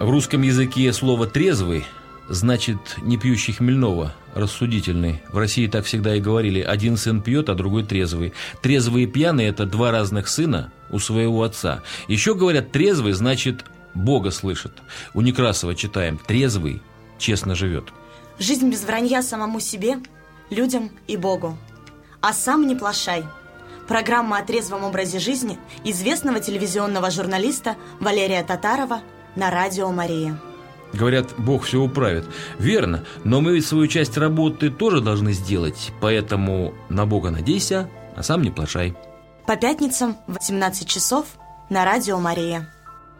В русском языке слово «трезвый» значит не пьющий хмельного, рассудительный. В России так всегда и говорили: один сын пьет, а другой трезвый. Трезвый и пьяный – это два разных сына у своего отца. Еще говорят, трезвый значит Бога слышит. У Некрасова читаем: трезвый честно живет. Жизнь без вранья самому себе, людям и Богу. А сам не плашай. Программа о трезвом образе жизни известного телевизионного журналиста Валерия Татарова на Радио Мария. Говорят, Бог все управит. Верно, но мы ведь свою часть работы тоже должны сделать. Поэтому на Бога надейся, а сам не плашай. По пятницам в 18 часов на Радио Мария.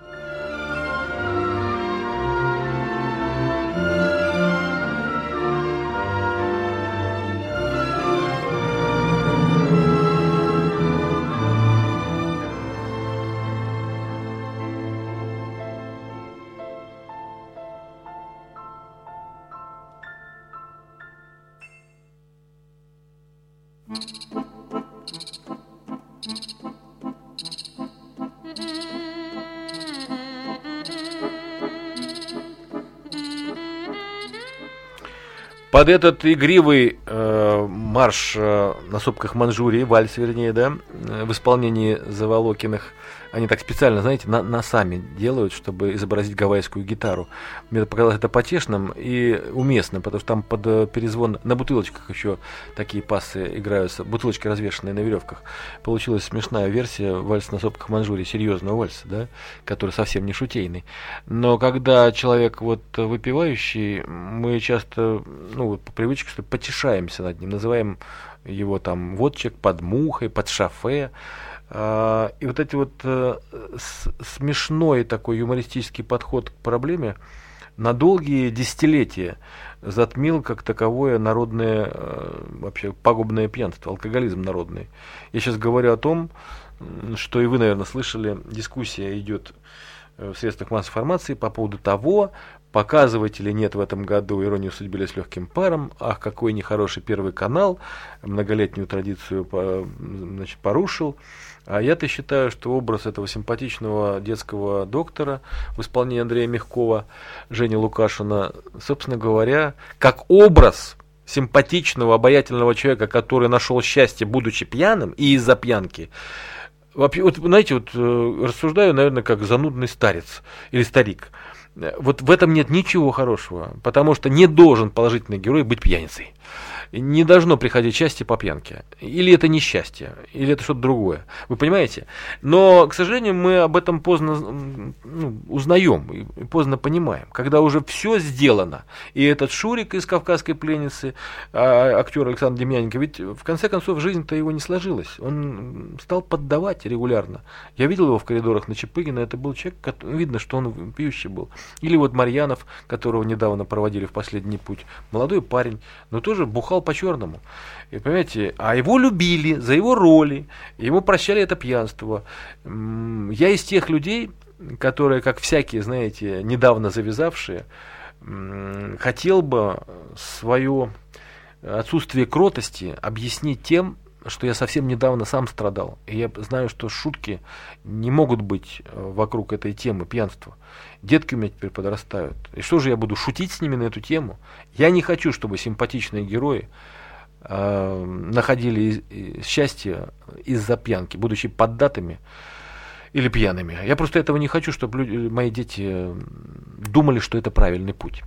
Под этот игривый марш на сопках Манчжурии, вальс, вернее, да, в исполнении Заволокиных, они так специально, знаете, носами делают, чтобы изобразить гавайскую гитару. Мне показалось это потешным и уместным, потому что там под перезвон на бутылочках еще такие пассы играются, бутылочки, развешенные на веревках. Получилась смешная версия вальса на сопках Манчжурии, серьезного вальса, да, который совсем не шутейный. Но когда человек вот выпивающий, мы часто, по привычке, что потешаемся над ним, называем его там водчик, под мухой, под шафе. И вот эти вот смешной такой юмористический подход к проблеме на долгие десятилетия затмил как таковое народное, вообще пагубное пьянство, алкоголизм народный. Я сейчас говорю о том, что и вы, наверное, слышали, дискуссия идет в средствах массовой информации по поводу того, показывать или нет в этом году «Иронию судьбы» или «С легким паром». Ах, какой нехороший Первый канал, многолетнюю традицию порушил. А я-то считаю, что образ этого симпатичного детского доктора в исполнении Андрея Мягкова, Жени Лукашина, собственно говоря, как образ симпатичного, обаятельного человека, который нашел счастье, будучи пьяным, и из-за пьянки. Вообще, знаете, рассуждаю, наверное, как занудный старец или старик. Вот в этом нет ничего хорошего, потому что не должен положительный герой быть пьяницей. Не должно приходить счастье по пьянке. Или это несчастье, или это что-то другое. Вы понимаете? Но, к сожалению, мы об этом поздно узнаем и поздно понимаем. Когда уже все сделано, и этот Шурик из «Кавказской пленницы», актер Александр Демьяненко, ведь в конце концов жизнь-то его не сложилась. Он стал поддавать регулярно. Я видел его в коридорах на Чапыгина, это был человек, видно, что он пьющий был. Или вот Марьянов, которого недавно проводили в последний путь. Молодой парень, но тоже бухал по-черному. И, понимаете, а его любили за его роли, ему прощали это пьянство. Я из тех людей, которые, как всякие, знаете, недавно завязавшие, хотел бы свое отсутствие кротости объяснить тем, что я совсем недавно сам страдал. И я знаю, что шутки не могут быть вокруг этой темы пьянства. Детки у меня теперь подрастают. И что же я буду шутить с ними на эту тему? Я не хочу, чтобы симпатичные герои находили счастье из-за пьянки, будучи поддатыми или пьяными. Я просто этого не хочу, чтобы мои дети думали, что это правильный путь.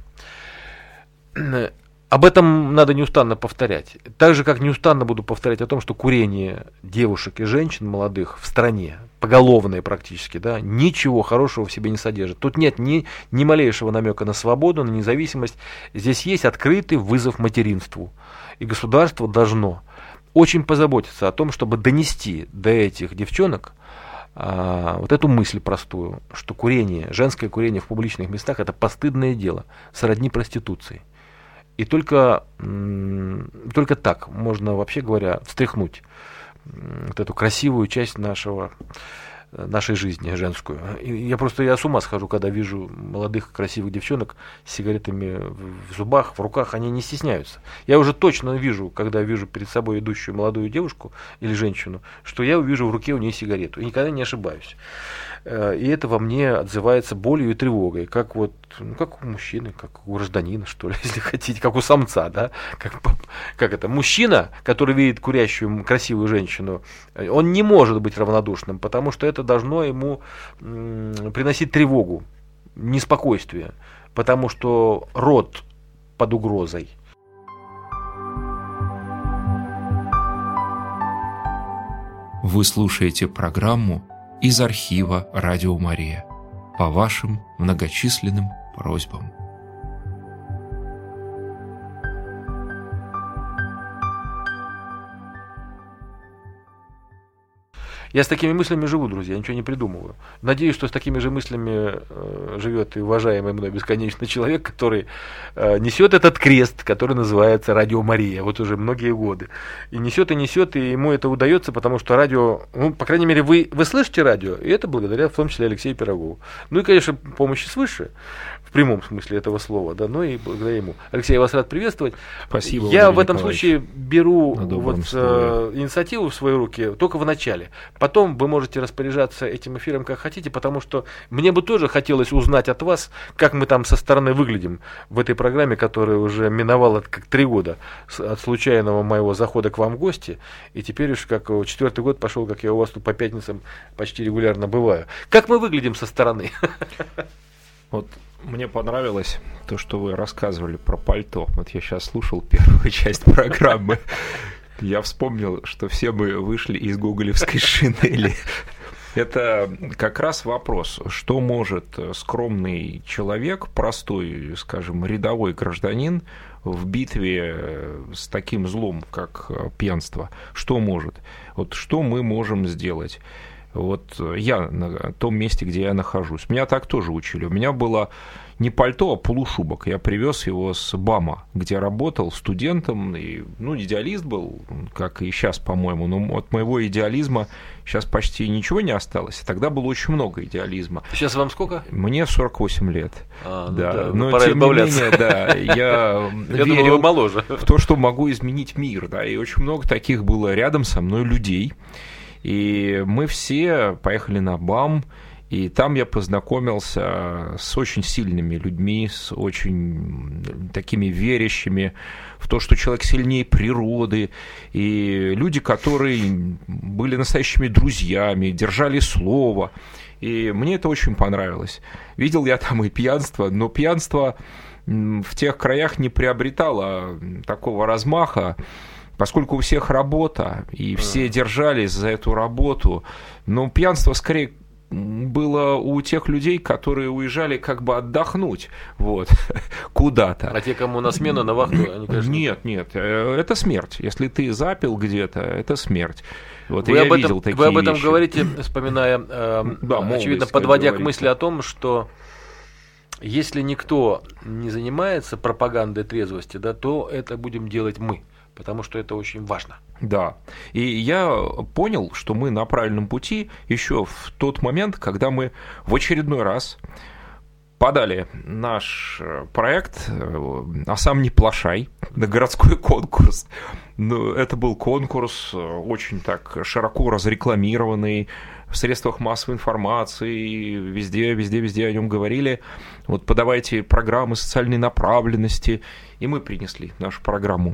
Об этом надо неустанно повторять. Так же, как неустанно буду повторять о том, что курение девушек и женщин молодых в стране, поголовное практически, да, ничего хорошего в себе не содержит. Тут нет ни малейшего намека на свободу, на независимость. Здесь есть открытый вызов материнству. И государство должно очень позаботиться о том, чтобы донести до этих девчонок вот эту мысль простую, что курение, женское курение в публичных местах – это постыдное дело, сродни проституции. И только так можно, вообще говоря, встряхнуть вот эту красивую часть нашей жизни, женскую. Я с ума схожу, когда вижу молодых красивых девчонок с сигаретами в зубах, в руках, они не стесняются. Я уже точно вижу, когда вижу перед собой идущую молодую девушку или женщину, что я увижу в руке у нее сигарету. И никогда не ошибаюсь. и это во мне отзывается болью и тревогой, как вот, ну, как у мужчины, как у гражданина, что ли, если хотите, как у самца, да, как это, мужчина, который видит курящую красивую женщину, он не может быть равнодушным, потому что это должно ему приносить тревогу, неспокойствие, потому что род под угрозой. Вы слушаете программу из архива «Радио Мария» по вашим многочисленным просьбам. Я с такими мыслями живу, друзья, ничего не придумываю. Надеюсь, что с такими же мыслями живет и уважаемый мной бесконечный человек, который несет этот крест, который называется «Радио Мария», вот уже многие годы. И несет, и ему это удается, потому что радио, ну, по крайней мере, вы слышите радио, и это благодаря, в том числе, Алексею Пирогову. Ну и, конечно, помощи свыше, в прямом смысле этого слова, да, но и благодаря ему. Алексей, я вас рад приветствовать. Спасибо. Я в этом случае беру инициативу в свои руки только в начале. Потом вы можете распоряжаться этим эфиром как хотите, потому что мне бы тоже хотелось узнать от вас, как мы там со стороны выглядим в этой программе, которая уже миновала как 3 года от случайного моего захода к вам в гости, и теперь уж как 4-й год пошел, как я у вас тут по пятницам почти регулярно бываю. Как мы выглядим со стороны? Вот мне понравилось то, что вы рассказывали про пальто. Вот я сейчас слушал первую часть программы. Я вспомнил, что все мы вышли из гоголевской шинели. Это как раз вопрос, что может скромный человек, простой, скажем, рядовой гражданин в битве с таким злом, как пьянство, что может? Вот что мы можем сделать? Вот я на том месте, где я нахожусь. Меня так тоже учили. У меня было не пальто, а полушубок. Я привез его с БАМа, где работал студентом. И, ну, идеалист был, как и сейчас, по-моему. Но от моего идеализма сейчас почти ничего не осталось. Тогда было очень много идеализма. Сейчас вам сколько? Мне 48 лет. Да. Но тем не менее, да, я верил моложе. в то, что могу изменить мир. Да, и очень много таких было рядом со мной людей. И мы все поехали на БАМ, и там я познакомился с очень сильными людьми, с очень такими верящими в то, что человек сильнее природы, и люди, которые были настоящими друзьями, держали слово, и мне это очень понравилось. Видел я там и пьянство, но пьянство в тех краях не приобретало такого размаха, поскольку у всех работа, и все держались за эту работу, но пьянство скорее было у тех людей, которые уезжали как бы отдохнуть, вот, куда-то. А те, кому на смену, на вахту, они, конечно... Нет, это смерть. Если ты запил где-то, это смерть. Вот вы об этом говорите, вспоминая, очевидно, подводя к мысли о том, что если никто не занимается пропагандой трезвости, да, то это будем делать мы. Потому что это очень важно. Да. И я понял, что мы на правильном пути еще в тот момент, когда мы в очередной раз подали наш проект «А сам не плашай» на городской конкурс. Ну, это был конкурс очень так широко разрекламированный, в средствах массовой информации, везде о нем говорили. Вот подавайте программы социальной направленности. И мы принесли нашу программу.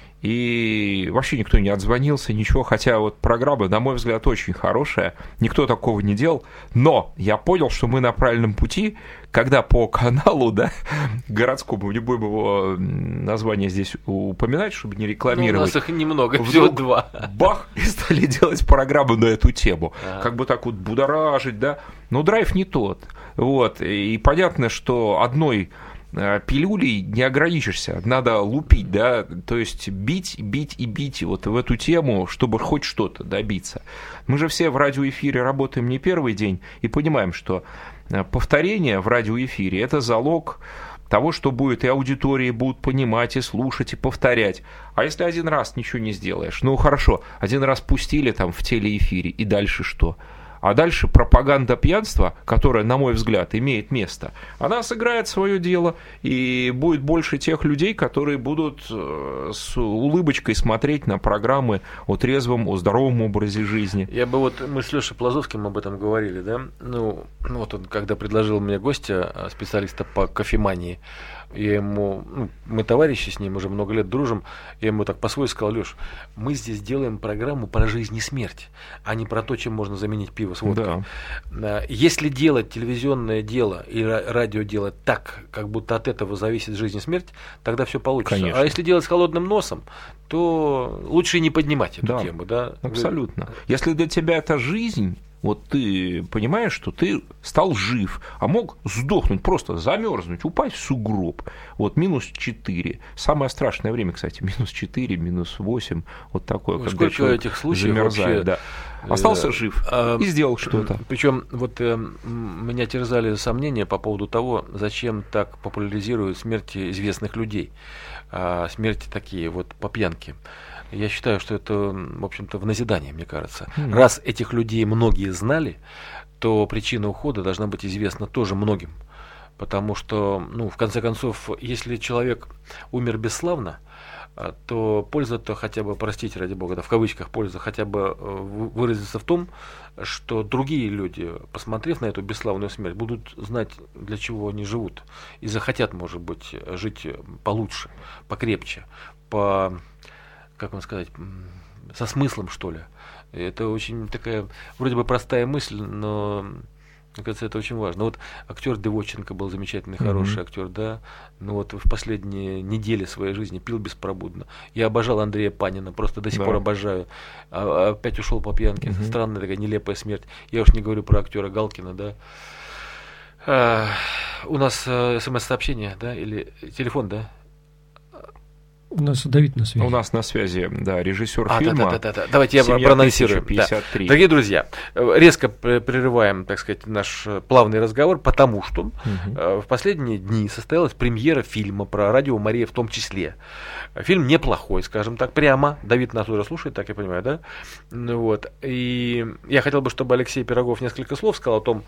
И вообще никто не отзвонился, ничего, хотя вот программа, на мой взгляд, очень хорошая, никто такого не делал, но я понял, что мы на правильном пути, когда по каналу, да, городскому, не будем его название здесь упоминать, чтобы не рекламировать. Ну, у нас их немного, всего 2. Бах, и стали делать программу на эту тему, как бы так вот будоражить, да, но драйв не тот, вот, и понятно, что одной пилюлей не ограничишься, надо лупить, да, то есть бить вот в эту тему, чтобы хоть что-то добиться. Мы же все в радиоэфире работаем не первый день и понимаем, что повторение в радиоэфире – это залог того, что будет, и аудитории будут понимать, и слушать, и повторять. А если один раз ничего не сделаешь? Ну, хорошо, один раз пустили там в телеэфире, и дальше что? А дальше пропаганда пьянства, которая, на мой взгляд, имеет место, она сыграет свое дело, и будет больше тех людей, которые будут с улыбочкой смотреть на программы о трезвом, о здоровом образе жизни. Мы с Лешей Плазовским об этом говорили, да? Вот он, когда предложил мне гостя, специалиста по кофемании, я ему, мы товарищи с ним, уже много лет дружим, я ему так по-свойски сказал: Леш, мы здесь делаем программу про жизнь и смерть, а не про то, чем можно заменить пиво с водкой. Да. Если делать телевизионное дело и радио делать так, как будто от этого зависит жизнь и смерть, тогда все получится. Конечно. А если делать с холодным носом, то лучше и не поднимать эту тему. Да? Абсолютно. Если для тебя это жизнь, вот ты понимаешь, что ты стал жив, а мог сдохнуть, просто замерзнуть, упасть в сугроб. Вот -4. Самое страшное время, кстати, -4, -8. Вот такое, когда сколько человек этих случаев замерзает. Да. Остался жив и сделал что-то. Причем вот меня терзали сомнения по поводу того, зачем так популяризируют смерти известных людей. Смерти такие вот по пьянке. Я считаю, что это, в общем-то, в назидание, мне кажется. Раз этих людей многие знали, то причина ухода должна быть известна тоже многим. Потому что, в конце концов, если человек умер бесславно, то польза-то хотя бы, простите, ради бога, да, в кавычках польза хотя бы выразится в том, что другие люди, посмотрев на эту бесславную смерть, будут знать, для чего они живут. И захотят, может быть, жить получше, покрепче, как вам сказать, со смыслом, что ли. Это очень такая, вроде бы простая мысль, но, мне кажется, это очень важно. Вот актер Девоченко был замечательный, хороший актер, да, но вот в последние недели своей жизни пил беспробудно. Я обожал Андрея Панина, просто до сих пор обожаю. Опять ушел по пьянке. Странная такая нелепая смерть. Я уж не говорю про актера Галкина, да. У нас смс-сообщение, да, или телефон, да? У нас Давид на связи. У нас на связи, да, режиссер фильма. Да. Давайте я проанонсирую. 53. Да. Дорогие друзья, резко прерываем, так сказать, наш плавный разговор, потому что в последние дни состоялась премьера фильма про Радио Мария в том числе. Фильм неплохой, скажем так, прямо. Давид нас уже слушает, так я понимаю, да? Вот. И я хотел бы, чтобы Алексей Пирогов несколько слов сказал о том,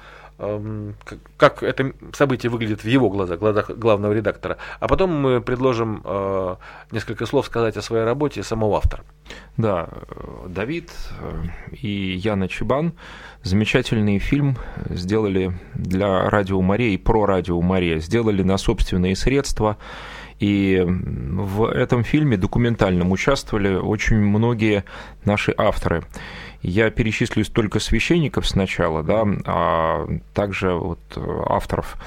как это событие выглядит в его глазах главного редактора. А потом мы предложим несколько слов сказать о своей работе самого автора. Да, Давид и Яна Чебан замечательный фильм сделали для Радио Мария и про Радио Мария. Сделали на собственные средства. И в этом фильме документальном участвовали очень многие наши авторы. Я перечислю только священников сначала, да, а также вот авторов.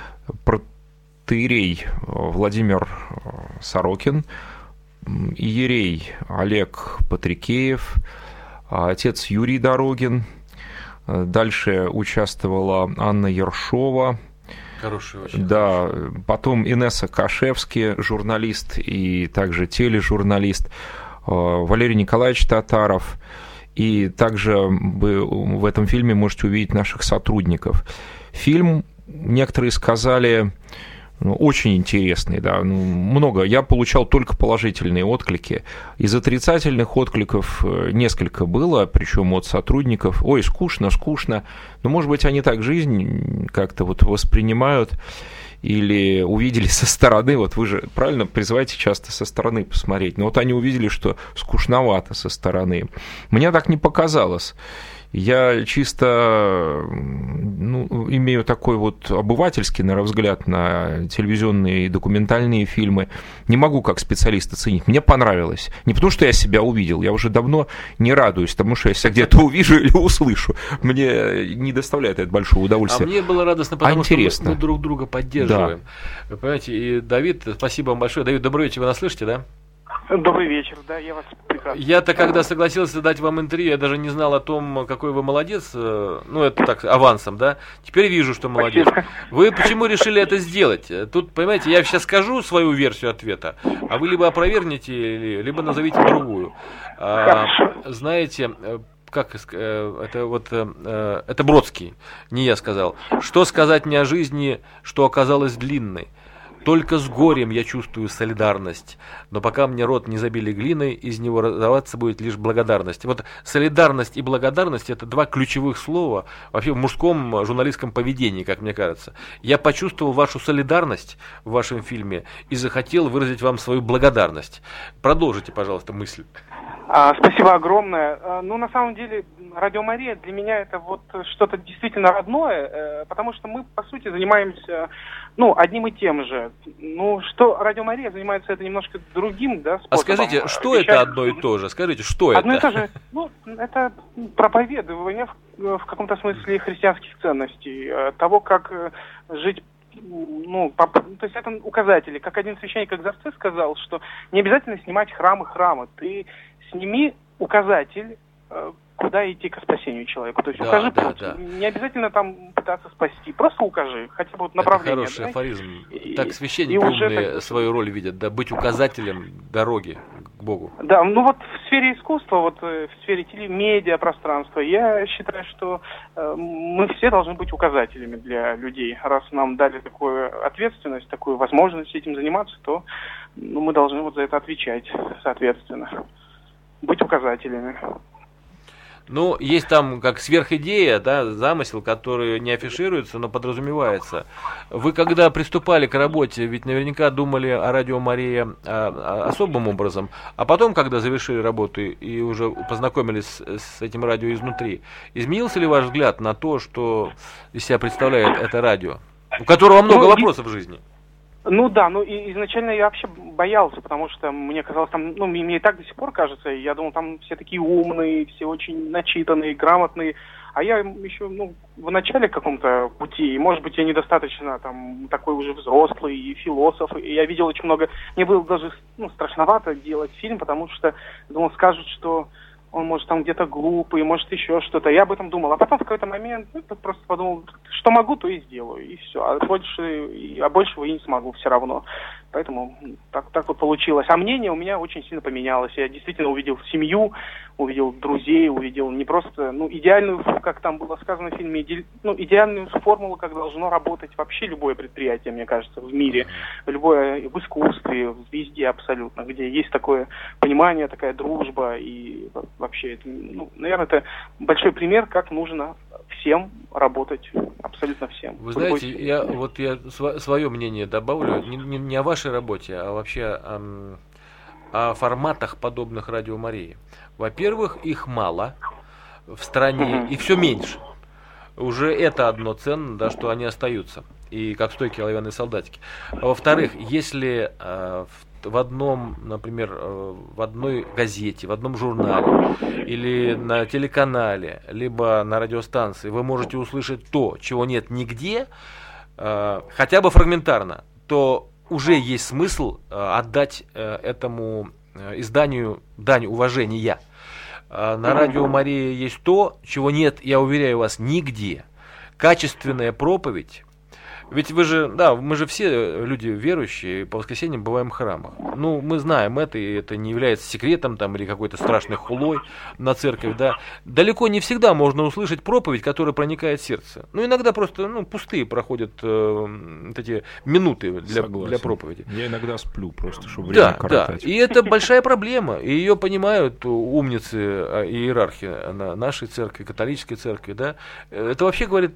Протоиерей Владимир Сорокин, иерей Олег Патрикеев, отец Юрий Дорогин. Дальше участвовала Анна Ершова. Хороший очень. Да, потом Инесса Кашевский, журналист и также тележурналист, Валерий Николаевич Татаров. И также вы в этом фильме можете увидеть наших сотрудников. Фильм, некоторые сказали, очень интересный, да, много. Я получал только положительные отклики. Из отрицательных откликов несколько было, причем от сотрудников. Ой, скучно. Но, может быть, они так жизнь как-то вот воспринимают или увидели со стороны. Вот вы же правильно призываете часто со стороны посмотреть. Но вот они увидели, что скучновато со стороны. Мне так не показалось. Я чисто имею такой вот обывательский, наверное, взгляд на телевизионные и документальные фильмы. Не могу как специалист оценить. Мне понравилось. Не потому, что я себя увидел. Я уже давно не радуюсь тому, что я себя где-то увижу или услышу. Мне не доставляет это большого удовольствия. А мне было радостно, потому что мы друг друга поддерживаем. Да. Вы понимаете, и Давид, спасибо вам большое. Давид, добрый вечер, вы нас слышите, да? Добрый вечер, да, я вас прекрасно. Я-то, когда согласился дать вам интервью, я даже не знал о том, какой вы молодец, это так, авансом, да, теперь вижу, что молодец. Вы почему решили это сделать? Тут, понимаете, я сейчас скажу свою версию ответа, а вы либо опровергнете, либо назовите другую. Знаете, это Бродский, не я сказал. Что сказать мне о жизни, что оказалась длинной? Только с горем я чувствую солидарность, но пока мне рот не забили глиной, из него раздаваться будет лишь благодарность. Вот солидарность и благодарность – это два ключевых слова вообще в мужском журналистском поведении, как мне кажется. Я почувствовал вашу солидарность в вашем фильме и захотел выразить вам свою благодарность. Продолжите, пожалуйста, мысль. Спасибо огромное. Ну, на самом деле, Радио Мария для меня это вот что-то действительно родное, потому что мы, по сути, занимаемся, одним и тем же. Ну, что Радио Мария занимается это немножко другим, да, способом. А скажите, что это одно и то же? Скажите, что это? Одно и то же. Это проповедование в каком-то смысле христианских ценностей, того, как жить. То есть это указатели. Как один священник экзорцист сказал, что не обязательно снимать храмы. Ты сними указатель, куда идти к спасению человека. То есть укажи путь. Да. Не обязательно там пытаться спасти. Просто укажи. Хотя бы направление. Это хороший афоризм. Так священники умные свою роль видят. Да, быть указателем дороги к Богу. Да, в сфере искусства, в сфере медиа пространства, я считаю, что мы все должны быть указателями для людей. Раз нам дали такую ответственность, такую возможность этим заниматься, то мы должны за это отвечать, соответственно. Быть указателями. Есть там как сверхидея, да, замысел, который не афишируется, но подразумевается. Вы когда приступали к работе, ведь наверняка думали о Радио Мария особым образом, а потом, когда завершили работу и уже познакомились с этим радио изнутри, изменился ли ваш взгляд на то, что из себя представляет это радио, у которого много вопросов в жизни? И изначально я вообще боялся, потому что мне казалось, мне и так до сих пор кажется, я думал, там все такие умные, все очень начитанные, грамотные, а я еще, в начале каком-то пути, и, может быть, я недостаточно такой уже взрослый и философ, и я видел очень много, мне было даже, страшновато делать фильм, потому что, думал, скажут, что он может там где-то глупый, может еще что-то. Я об этом думал. А потом в какой-то момент просто подумал, что могу, то и сделаю. И все. А большего и не смогу все равно. Поэтому так вот получилось. А мнение у меня очень сильно поменялось. Я действительно увидел семью, увидел друзей, увидел не просто идеальную, как там было сказано в фильме, идеальную формулу, как должно работать вообще любое предприятие, мне кажется, в мире. Любое в искусстве, везде абсолютно, где есть такое понимание, такая дружба. И вообще, это, наверное, это большой пример, как нужно всем работать, абсолютно всем. Вы знаете, я свое мнение добавлю, не о вашей работе, а вообще о форматах, подобных Радио Марии. Во-первых, их мало в стране, и все меньше. Уже это одно ценно, да, что они остаются, и как стойкие оловянные солдатики. А во-вторых, если в одном, например, в одной газете, в одном журнале или на телеканале, либо на радиостанции вы можете услышать то, чего нет нигде, хотя бы фрагментарно, то уже есть смысл отдать этому изданию дань уважения. На Радио Мария есть то, чего нет, я уверяю вас, нигде. Качественная проповедь. Ведь мы же все люди верующие, по воскресеньям бываем в храмах. Мы знаем это, и это не является секретом или какой-то страшной хулой на церковь, да. Далеко не всегда можно услышать проповедь, которая проникает в сердце. Иногда просто, пустые проходят эти минуты для проповеди. Я иногда сплю просто, чтобы время коротать. Да, и это большая проблема, и ее понимают умницы иерархи нашей церкви, католической церкви, да. Это вообще, говорит,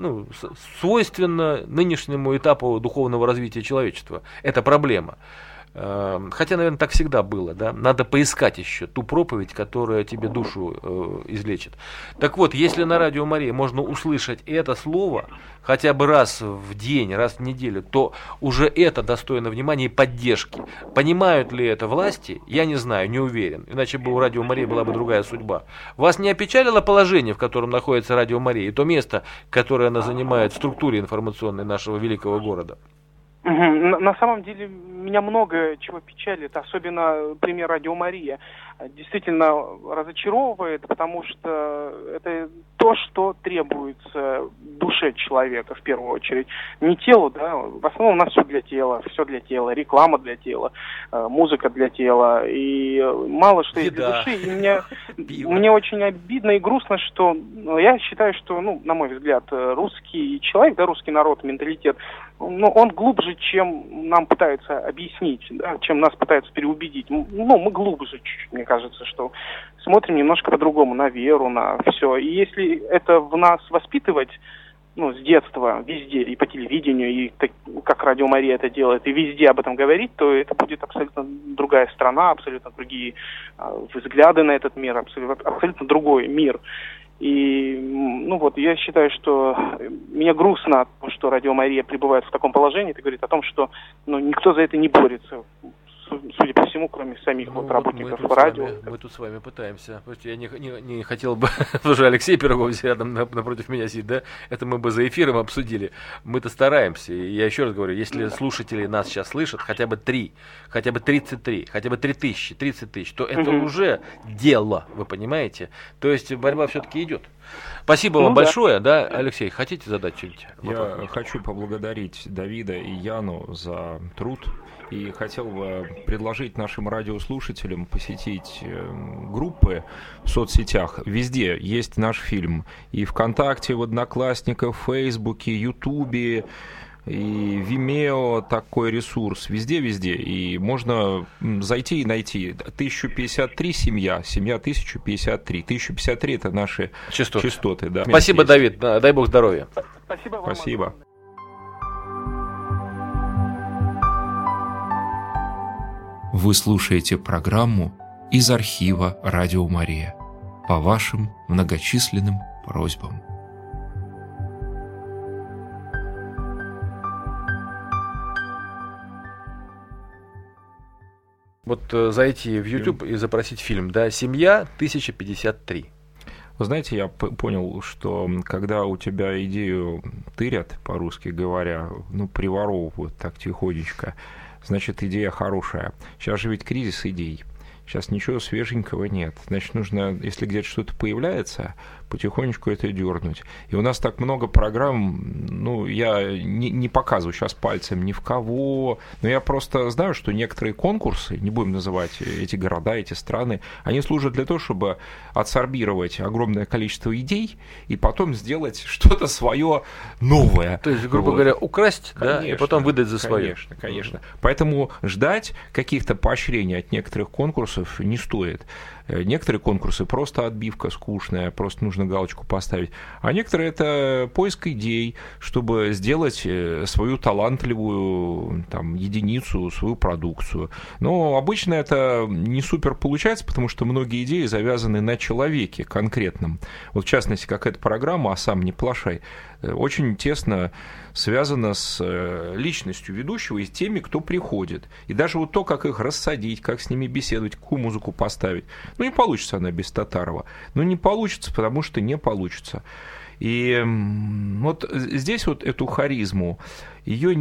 свойственно нынешнему этапу духовного развития человечества. Это проблема. Хотя, наверное, так всегда было. Да? Надо поискать еще ту проповедь, которая тебе душу излечит. Так вот, если на Радио Мария можно услышать это слово хотя бы раз в день, раз в неделю, то уже это достойно внимания и поддержки. Понимают ли это власти, я не знаю, не уверен. Иначе бы у Радио Марии была бы другая судьба. Вас не опечалило положение, в котором находится Радио Мария, и то место, которое она занимает в структуре информационной нашего великого города? На самом деле меня много чего печалит, особенно пример Радио Мария. Действительно разочаровывает, потому что это то, что требуется душе человека в первую очередь. Не телу, да, в основном у нас все для тела, реклама для тела, музыка для тела, и мало что есть для души. И мне очень обидно и грустно, что я считаю, что, на мой взгляд, русский человек, да, русский народ, менталитет, он глубже, чем нам пытаются объяснить, да, чем нас пытаются переубедить. Мы глубже чуть-чуть, мне кажется, что смотрим немножко по-другому на веру, на все. И если это в нас воспитывать, с детства, везде, и по телевидению, и как Радио Мария это делает, и везде об этом говорить, то это будет абсолютно другая страна, абсолютно другие взгляды на этот мир, абсолютно другой мир. И, я считаю, что мне грустно, что Радио Мария пребывает в таком положении. Это говорит о том, что никто за это не борется, судя по всему, кроме самих работников радио. Мы тут с вами пытаемся. Я не хотел бы, уже Алексей Пирогов рядом напротив меня сидит, да? Это мы бы за эфиром обсудили. Мы-то стараемся. И я еще раз говорю, если слушатели нас сейчас слышат, хотя бы 3, хотя бы 33, хотя бы 3000, 30 тысяч, то это уже дело, вы понимаете? То есть борьба все-таки идет. Спасибо вам большое, да, Алексей, хотите задать что-нибудь? Я хочу поблагодарить Давида и Яну за труд. И хотел бы предложить нашим радиослушателям посетить группы в соцсетях. Везде есть наш фильм. И ВКонтакте, в Одноклассниках, в Фейсбуке, Ютубе, и Vimeo, такой ресурс. Везде-везде. И можно зайти и найти. 1053 семья 1053. 1053 это наши частоты. Да. Спасибо, Давид. Дай Бог здоровья. Спасибо вам. Спасибо. Вы слушаете программу из архива «Радио Мария» по вашим многочисленным просьбам. Зайти в YouTube и запросить фильм, да, «Семья 1053». Вы знаете, я понял, что когда у тебя идею тырят, по-русски говоря, приворовывают так тихонечко, значит, идея хорошая. Сейчас же ведь кризис идей. Сейчас ничего свеженького нет. Значит, нужно, если где-то что-то появляется, потихонечку это дернуть. И у нас так много программ, я не показываю сейчас пальцем ни в кого, но я просто знаю, что некоторые конкурсы, не будем называть эти города, эти страны, они служат для того, чтобы отсорбировать огромное количество идей и потом сделать что-то свое новое. То есть, грубо говоря, украсть, конечно, да, и потом выдать за свое. Конечно. Поэтому ждать каких-то поощрений от некоторых конкурсов не стоит. Некоторые конкурсы просто отбивка скучная, просто нужно галочку поставить. А некоторые это поиск идей, чтобы сделать свою талантливую единицу, свою продукцию. Но обычно это не супер получается, потому что многие идеи завязаны на человеке конкретном. Вот в частности, как эта программа «А сам не плашай», очень тесно связана с личностью ведущего и с теми, кто приходит. И даже вот то, как их рассадить, как с ними беседовать, какую музыку поставить. Не получится она без Татарова. Не получится, потому что не получится. И вот здесь вот эту харизму, ее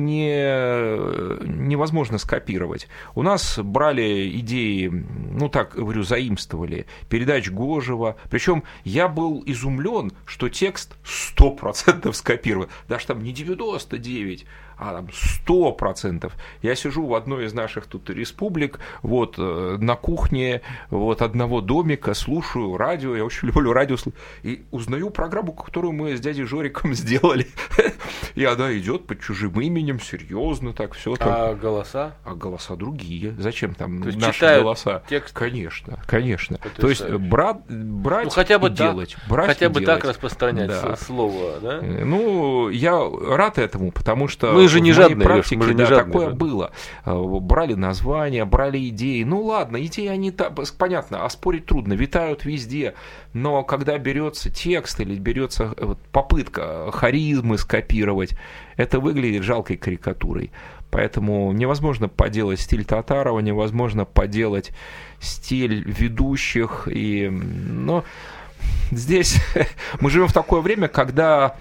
невозможно скопировать. У нас брали идеи, заимствовали, передач Гожева. Причем я был изумлен, что текст 100% скопирован. Даже там не 99%, а 100%. Я сижу в одной из наших тут республик, на кухне одного домика, слушаю радио, я очень люблю радио, и узнаю программу, которую мы с дядей Жориком сделали. И она идет под чужим именем, серьезно так все. А голоса? А голоса другие. Зачем там наши голоса? Текст? Конечно. То есть брать хотя бы и делать. Хотя бы так распространять слово, да? Я рад этому, потому что мы же не жадные, практике, мы же не жадные, такое было. Брали названия, брали идеи. Ладно, идеи они, понятно, оспорить трудно, витают везде. Но когда берется текст или берется попытка харизмы скопировать, это выглядит жалкой карикатурой. Поэтому невозможно поделать стиль Татарова, невозможно поделать стиль ведущих. Но здесь мы живем в такое время, когда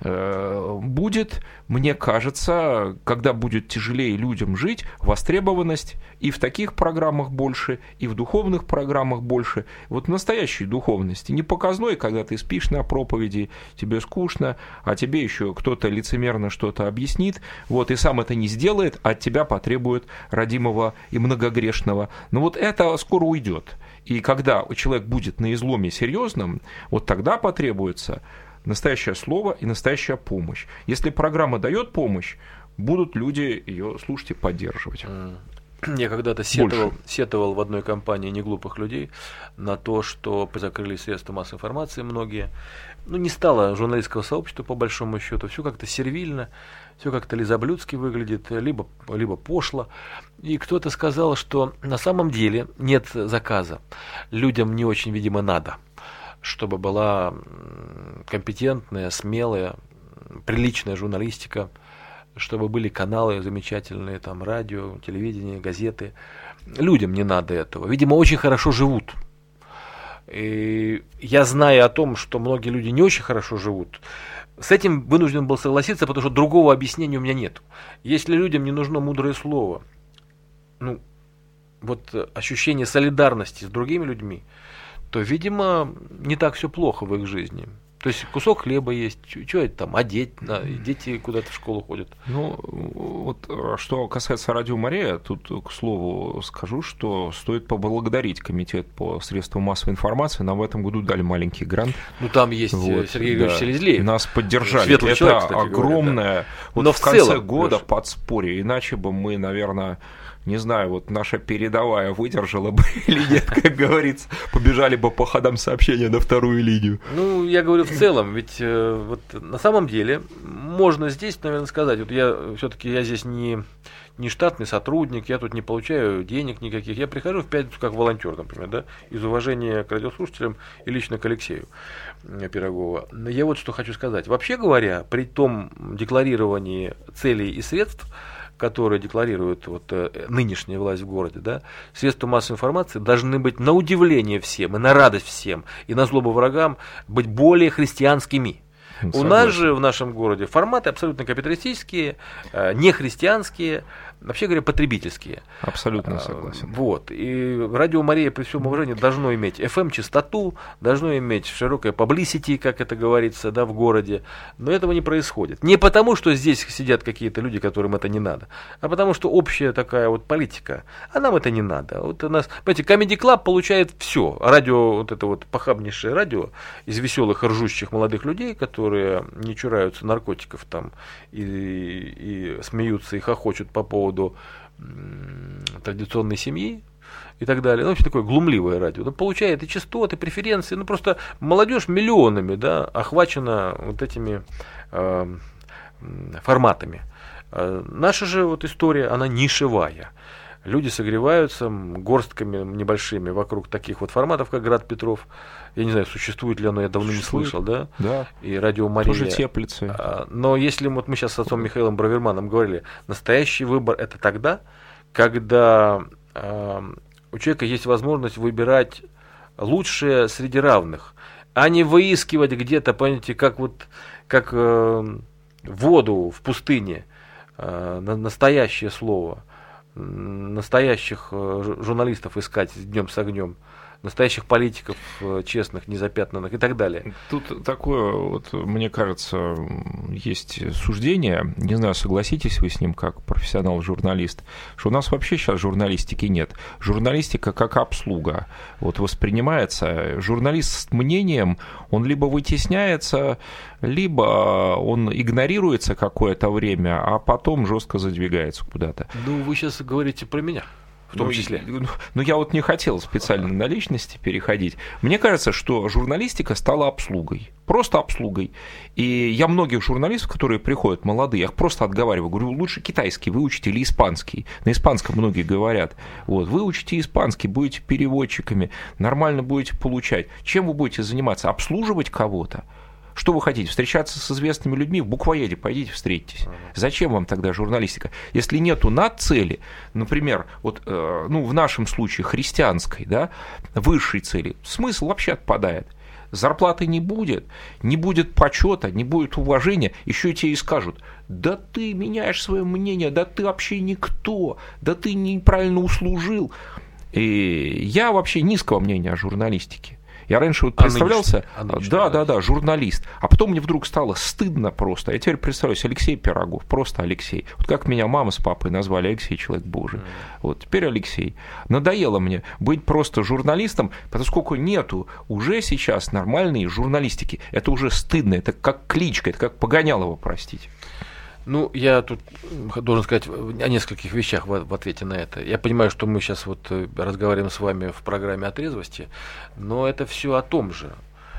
будет, мне кажется, когда будет тяжелее людям жить, востребованность и в таких программах больше, и в духовных программах больше. Настоящей духовности, не показной, когда ты спишь на проповеди, тебе скучно, а тебе еще кто-то лицемерно что-то объяснит, и сам это не сделает, а от тебя потребует родимого и многогрешного. Но это скоро уйдет. И когда человек будет на изломе серьезном, тогда потребуется настоящее слово и настоящая помощь. Если программа дает помощь, будут люди ее слушать и поддерживать. Я когда-то сетовал в одной компании неглупых людей на то, что закрыли средства массовой информации многие. Не стало журналистского сообщества, по большому счету. Все как-то сервильно, все как-то лизоблюдски выглядит, либо пошло. И кто-то сказал, что на самом деле нет заказа. Людям не очень, видимо, надо, чтобы была компетентная, смелая, приличная журналистика, чтобы были каналы замечательные, там, радио, телевидение, газеты. Людям не надо этого. Видимо, очень хорошо живут. И я знаю о том, что многие люди не очень хорошо живут, с этим вынужден был согласиться, потому что другого объяснения у меня нет. Если людям не нужно мудрое слово, ощущение солидарности с другими людьми, то, видимо, не так все плохо в их жизни. То есть кусок хлеба есть, что это там, одеть, дети куда-то в школу ходят. Что касается Радио Мария, тут, к слову, скажу, что стоит поблагодарить Комитет по средствам массовой информации. Нам в этом году дали маленький грант. Там есть Сергей Юрьевич Селезлеев. Нас поддержали. Светлый это человек, кстати, огромное, но в конце целом, года подспорье. Иначе бы мы, наверное... Не знаю, наша передовая выдержала бы или нет, как говорится, побежали бы по ходам сообщения на вторую линию. Я говорю в целом, ведь на самом деле можно здесь, наверное, сказать, я здесь не штатный сотрудник, я тут не получаю денег никаких, я прихожу в пятницу как волонтер, например, из уважения к радиослушателям и лично к Алексею Пирогову. Я что хочу сказать. Вообще говоря, при том декларировании целей и средств, которые декларирует нынешняя власть в городе, средства массовой информации должны быть на удивление всем, и на радость всем, и на злобу врагам быть более христианскими. У нас же в нашем городе форматы абсолютно капиталистические, нехристианские, вообще говоря, потребительские. Абсолютно согласен. И Радио Мария, при всем уважении, должно иметь FM-частоту, должно иметь широкое publicity, как это говорится, в городе. Но этого не происходит. Не потому, что здесь сидят какие-то люди, которым это не надо, а потому, что общая такая политика, а нам это не надо. У нас, понимаете, Comedy Club получает все. Радио, похабнейшее радио из веселых, ржущих молодых людей, которые не чураются наркотиков там и смеются и хохочут по поводу традиционной семьи и так далее. Вообще такое глумливое радио. Получает и частоты, и преференции. Просто молодежь миллионами охвачена этими форматами. Наша же история, она нишевая. Люди согреваются горстками небольшими вокруг таких форматов, как Град Петров. Я не знаю, существует ли оно, я давно не слышал, Да. И Радио Мария. Тоже теплится. Но если мы сейчас с отцом Михаилом Браверманом говорили, настоящий выбор — это тогда, когда у человека есть возможность выбирать лучшее среди равных, а не выискивать где-то, понимаете, как воду в пустыне, настоящее слово. Настоящих журналистов искать днем с огнем, настоящих политиков честных, незапятнанных и так далее. Тут такое, мне кажется, есть суждение, не знаю, согласитесь вы с ним как профессионал-журналист, что у нас вообще сейчас журналистики нет. Журналистика как обслуга воспринимается. Журналист с мнением, он либо вытесняется, либо он игнорируется какое-то время, а потом жестко задвигается куда-то. Вы сейчас говорите про меня. В том числе. Я не хотел специально на личности переходить. Мне кажется, что журналистика стала обслугой. Просто обслугой. И я многих журналистов, которые приходят молодые, я их просто отговариваю. Говорю, лучше китайский выучите или испанский. На испанском многие говорят. Выучите испанский, будете переводчиками, нормально будете получать. Чем вы будете заниматься? Обслуживать кого-то? Что вы хотите? Встречаться с известными людьми? В буквоеде пойдите встретитесь. Зачем вам тогда журналистика? Если нету надцели, например, в нашем случае христианской, высшей цели, смысл вообще отпадает. Зарплаты не будет почета, не будет уважения, еще и тебе и скажут: да ты меняешь свое мнение, да ты вообще никто, да ты неправильно услужил. И я вообще низкого мнения о журналистике. Я раньше представлялся, журналист, а потом мне вдруг стало стыдно просто. Я теперь представляюсь, Алексей Пирогов, просто Алексей. Как меня мама с папой назвали, Алексей, человек Божий. Теперь Алексей. Надоело мне быть просто журналистом, поскольку нету уже сейчас нормальной журналистики. Это уже стыдно, это как кличка, это как Погонялова, простите. Ну, я тут должен сказать о нескольких вещах в ответе на это. Я понимаю, что мы сейчас вот разговариваем с вами в программе о трезвости, но это все о том же.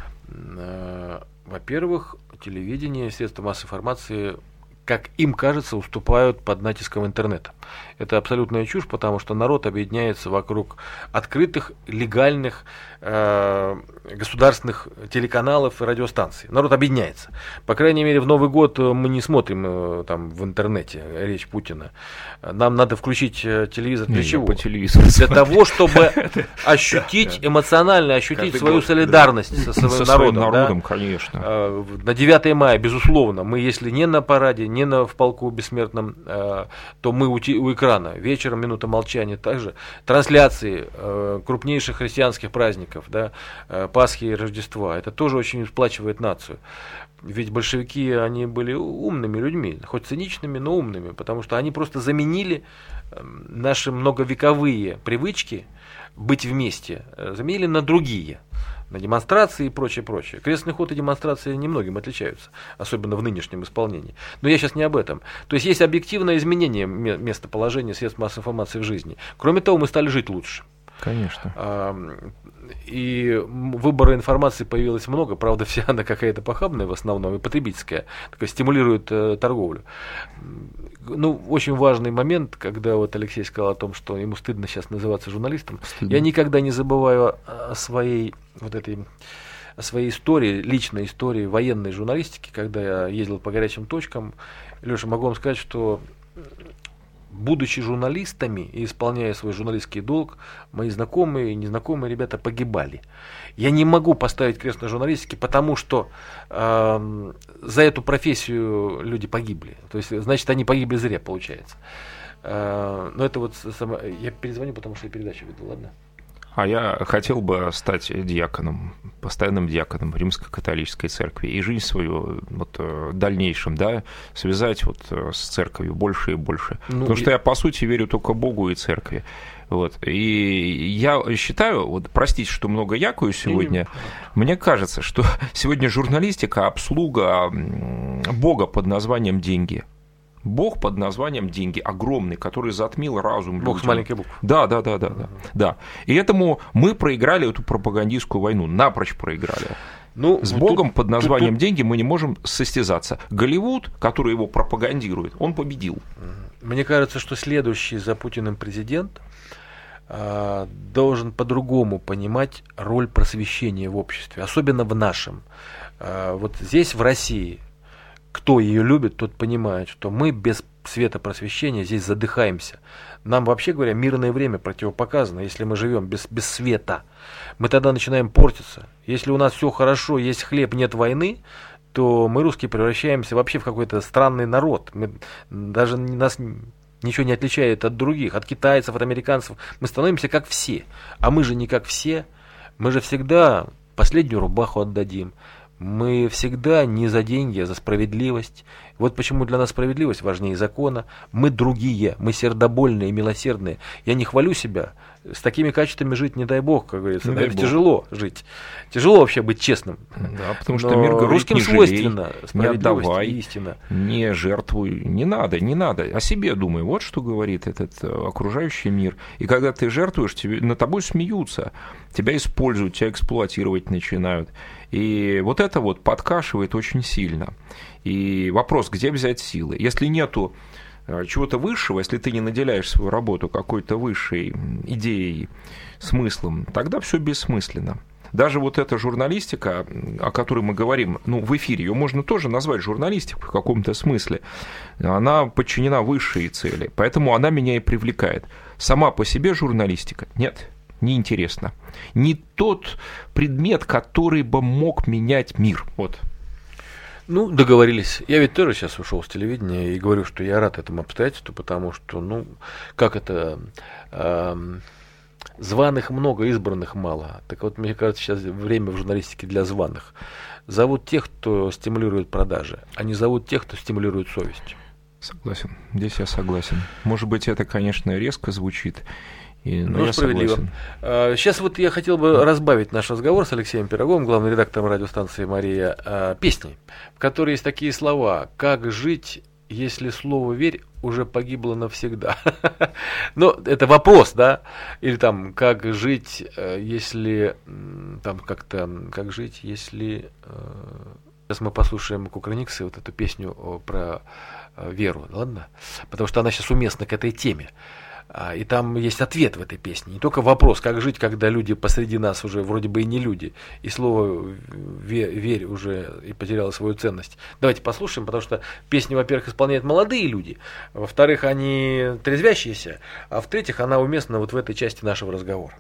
Во-первых, телевидение, средства массовой информации, как им кажется, уступают под натиском интернета. Это абсолютная чушь, потому что народ объединяется вокруг открытых, легальных государственных телеканалов и радиостанций. Народ объединяется. По крайней мере, в Новый год мы не смотрим там в интернете речь Путина. Нам надо включить телевизор для чего? По телевизору для того, чтобы ощутить, эмоционально ощутить свою солидарность со своим народом. Конечно. На 9 мая, безусловно, мы, если не на параде, не в полку бессмертном, то мы у экрана. Вечером минута молчания. Также трансляции крупнейших христианских праздников, да, Пасхи и Рождества. Это тоже очень сплачивает нацию. Ведь большевики, они были умными людьми, хоть циничными, но умными, потому что они просто заменили наши многовековые привычки быть вместе, заменили на другие. На демонстрации и прочее, прочее. Крестный ход и демонстрации немногим отличаются, особенно в нынешнем исполнении. Но я сейчас не об этом. То есть есть объективное изменение местоположения средств массовой информации в жизни. Кроме того, мы стали жить лучше. Конечно. И выбора информации появилось много, правда, вся она какая-то похабная в основном и потребительская, такая стимулирует торговлю. Ну, очень важный момент, когда вот Алексей сказал о том, что ему стыдно сейчас называться журналистом. Я никогда не забываю о своей вот этой истории, личной истории военной журналистики, когда я ездил по горячим точкам. Леша, могу вам сказать, что будучи журналистами и исполняя свой журналистский долг, мои знакомые и незнакомые ребята погибали. Я не могу поставить крест на журналистике, потому что за эту профессию люди погибли. То есть, значит, они погибли зря, получается. Но это вот я перезвоню, потому что я передачу веду, ладно? А я хотел бы стать диаконом, постоянным диаконом Римско-католической церкви и жизнь свою вот, в дальнейшем, да, связать вот с церковью больше и больше. Потому что я, по сути, верю только Богу и церкви. Вот. И я считаю, вот простите, что много якую сегодня, мне кажется, что сегодня журналистика – обслуга Бога под названием «деньги». Бог под названием «деньги», огромный, который затмил разум людям. Бог с маленькой буквы. Да. И этому мы проиграли эту пропагандистскую войну, напрочь проиграли. С Богом под названием «деньги» мы не можем состязаться. Голливуд, который его пропагандирует, он победил. Мне кажется, что следующий за Путиным президент должен по-другому понимать роль просвещения в обществе, особенно в нашем. Вот здесь, в России, кто ее любит, тот понимает, что мы без света просвещения здесь задыхаемся. Нам, вообще говоря, мирное время противопоказано, если мы живем без света. Мы тогда начинаем портиться. Если у нас все хорошо, есть хлеб, нет войны, то мы, русские, превращаемся вообще в какой-то странный народ. Даже нас ничего не отличает от других, от китайцев, от американцев. Мы становимся как все. А мы же не как все. Мы же всегда последнюю рубаху отдадим. Мы всегда не за деньги, а за справедливость. Вот почему для нас справедливость важнее закона. Мы другие, мы сердобольные и милосердные. Я не хвалю себя. С такими качествами жить, не дай бог, как говорится. Это тяжело жить. Тяжело вообще быть честным. Да, потому что мир говорит: русским не свойственно жалей, справедливость, не отдавай, истина. Не жертвуй, не надо. О себе думай. Вот что говорит этот окружающий мир. И когда ты жертвуешь, над тобой смеются, тебя используют, тебя эксплуатировать начинают. И вот это вот подкашивает очень сильно. И вопрос, где взять силы? Если нету чего-то высшего, если ты не наделяешь свою работу какой-то высшей идеей, смыслом, тогда все бессмысленно. Даже вот эта журналистика, о которой мы говорим, в эфире, ее можно тоже назвать журналистикой в каком-то смысле, она подчинена высшей цели, поэтому она меня и привлекает. Сама по себе журналистика нет. Неинтересно. Не тот предмет, который бы мог менять мир. Вот. Договорились. Я ведь тоже сейчас ушел с телевидения и говорю, что я рад этому обстоятельству, потому что, званых много, избранных мало. Так вот, мне кажется, сейчас время в журналистике для званых. Зовут тех, кто стимулирует продажи, а не зовут тех, кто стимулирует совесть. Согласен. Здесь я согласен. Может быть, это, конечно, резко звучит. Я справедливо. Сейчас вот я хотел бы разбавить наш разговор с Алексеем Пироговым, главным редактором радиостанции «Мария», песней, в которой есть такие слова: «Как жить если слово «верь» уже погибло навсегда? Ну, это вопрос, да? Или там, как жить, если... Там как-то... Как жить, если... Сейчас мы послушаем Кукрыниксы, вот эту песню про веру, ладно? Потому что она сейчас уместна к этой теме. И там есть ответ в этой песне. Не только вопрос, как жить, когда люди посреди нас уже вроде бы и не люди. И слово «верь» уже и потеряло свою ценность. Давайте послушаем, потому что песню, во-первых, исполняют молодые люди. Во-вторых, они трезвящиеся. А в-третьих, она уместна вот в этой части нашего разговора.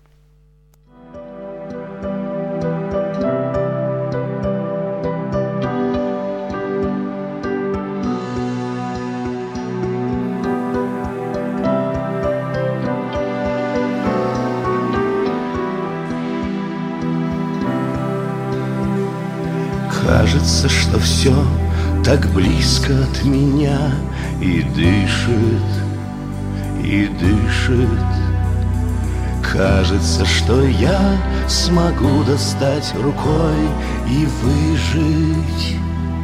Кажется, что все так близко от меня и дышит, и дышит. Кажется, что я смогу достать рукой и выжить.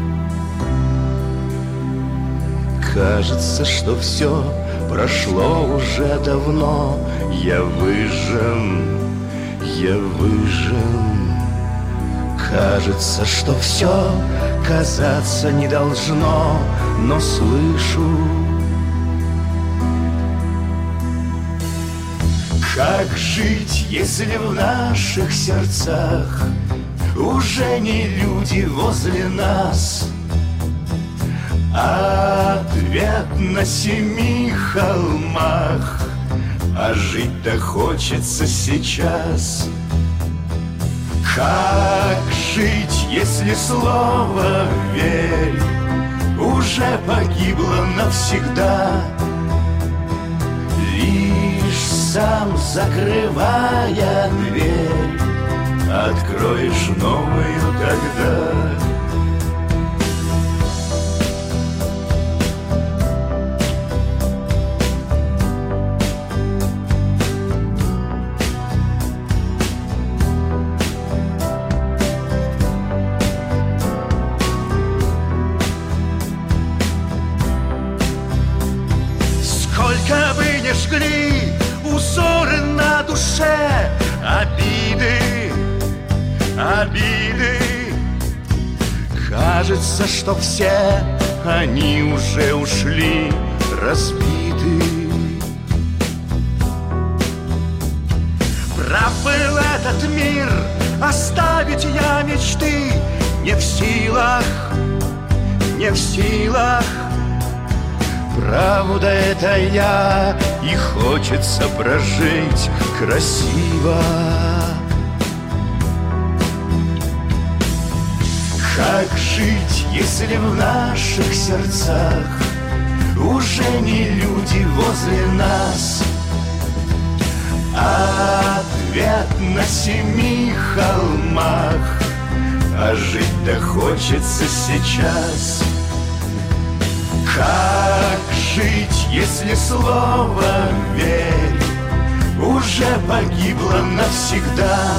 Кажется, что все прошло уже давно. Я выжжен, я выжжен. Кажется, что все казаться не должно, но слышу, как жить, если в наших сердцах уже не люди возле нас, а ответ на 7 холмах, а жить-то хочется сейчас. Как жить, если слово «верь» уже погибло навсегда? Лишь сам закрывая дверь, откроешь новую тогда. Жгли узоры на душе, обиды, обиды. Кажется, что все они уже ушли разбиты. Прав был этот мир, оставить я мечты не в силах, не в силах. Правда, это я, и хочется прожить красиво. Как жить, если в наших сердцах уже не люди возле нас, а ответ на 7 холмах, а жить-то хочется сейчас. Как жить, если слово «верь» уже погибло навсегда?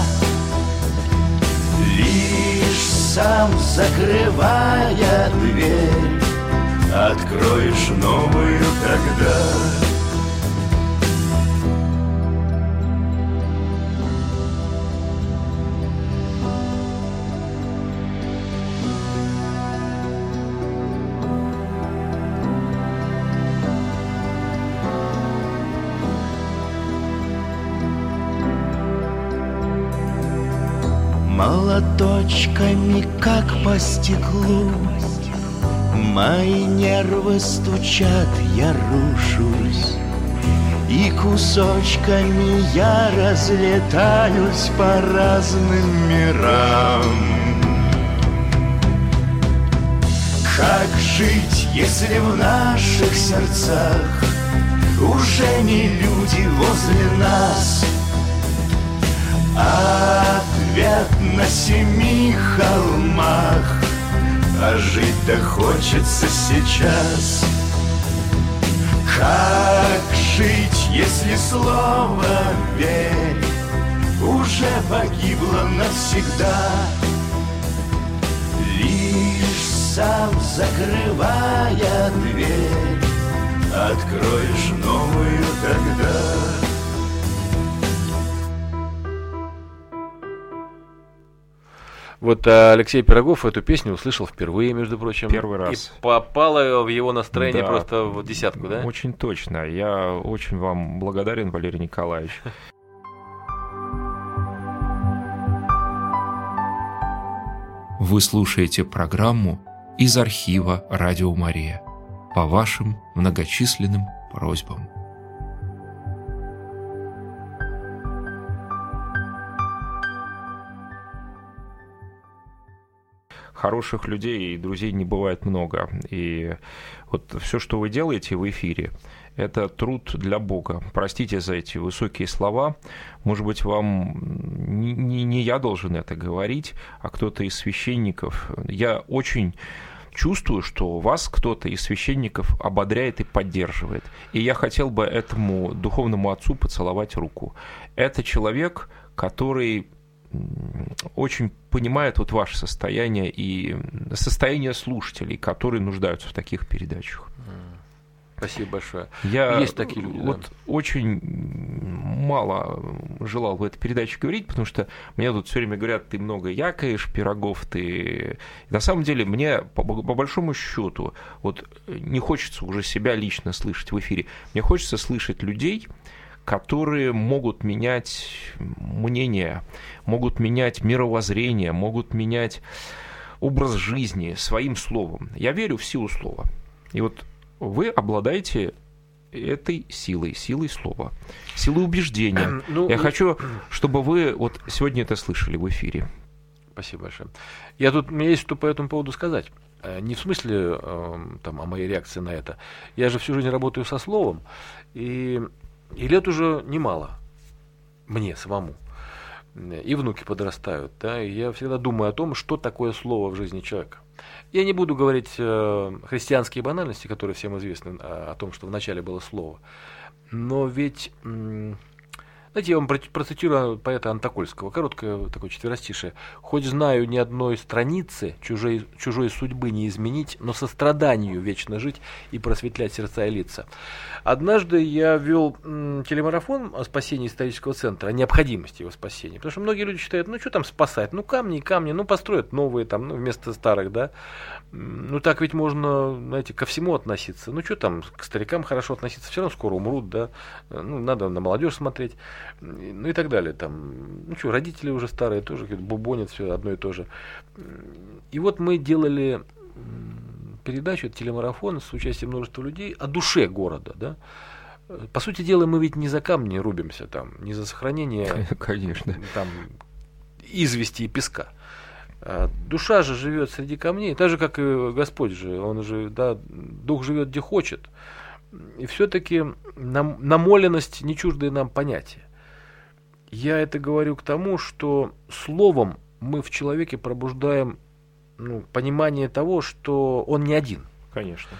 Лишь сам закрывая дверь, откроешь новую тогда. Молоточками, как по стеклу, мои нервы стучат, я рушусь, и кусочками я разлетаюсь по разным мирам. Как жить, если в наших сердцах уже не люди возле нас, а ответ на 7 холмах, а жить-то хочется сейчас. Как жить, если слово «верь» уже погибло навсегда? Лишь сам закрывая дверь, откроешь новую тогда. Вот Алексей Пирогов эту песню услышал впервые, между прочим. Первый раз. И попало в его настроение Да. просто в десятку, да? Очень точно. Я очень вам благодарен, Валерий Николаевич. Вы слушаете программу из архива «Радио Мария» по вашим многочисленным просьбам. Хороших людей и друзей не бывает много. И вот все, что вы делаете в эфире, это труд для Бога. Простите за эти высокие слова. Может быть, вам не я должен это говорить, а кто-то из священников. Я очень чувствую, что вас кто-то из священников ободряет и поддерживает. И я хотел бы этому духовному отцу поцеловать руку. Это человек, который очень понимает вот ваше состояние и состояние слушателей, которые нуждаются в таких передачах. Спасибо большое. Есть такие люди, вот да. очень мало желал в этой передаче говорить, потому что мне тут все время говорят, ты много якаешь, Пирогов, ты... На самом деле мне, по большому счету, вот не хочется уже себя лично слышать в эфире, мне хочется слышать людей, которые могут менять мнение, могут менять мировоззрение, могут менять образ жизни своим словом. Я верю в силу слова. И вот вы обладаете этой силой слова, силой убеждения. Я хочу, чтобы вы вот сегодня это слышали в эфире. Спасибо большое. У меня есть что по этому поводу сказать. Не в смысле там, о моей реакции на это. Я же всю жизнь работаю со словом, и лет уже немало мне самому. И внуки подрастают, да, и я всегда думаю о том, что такое слово в жизни человека. Я не буду говорить христианские банальности, которые всем известны, о том, что вначале было слово. Но ведь, знаете, я вам процитирую поэта Антокольского, короткое такое четверостишее. «Хоть знаю ни одной страницы, чужой судьбы не изменить, но состраданию вечно жить и просветлять сердца и лица». Однажды я вел телемарафон о спасении исторического центра, о необходимости его спасения. Потому что многие люди считают, ну что там спасать, ну камни, ну построят новые там, ну, вместо старых, да. Ну так ведь можно, знаете, ко всему относиться. Ну что там, к старикам хорошо относиться, все равно скоро умрут, да. Ну надо на молодежь смотреть, ну и так далее. Там, ну что, родители уже старые тоже бубонят, все одно и то же. И вот мы делали передачу, телемарафон с участием множества людей о душе города, да. По сути дела, мы ведь не за камни рубимся там, не за сохранение, конечно, там, извести и песка. Душа же живет среди камней, так же, как и Господь же, Он же, да, Дух живет где хочет. И все-таки намоленность не чуждое нам понятие. Я это говорю к тому, что словом мы в человеке пробуждаем понимание того, что он не один. Конечно.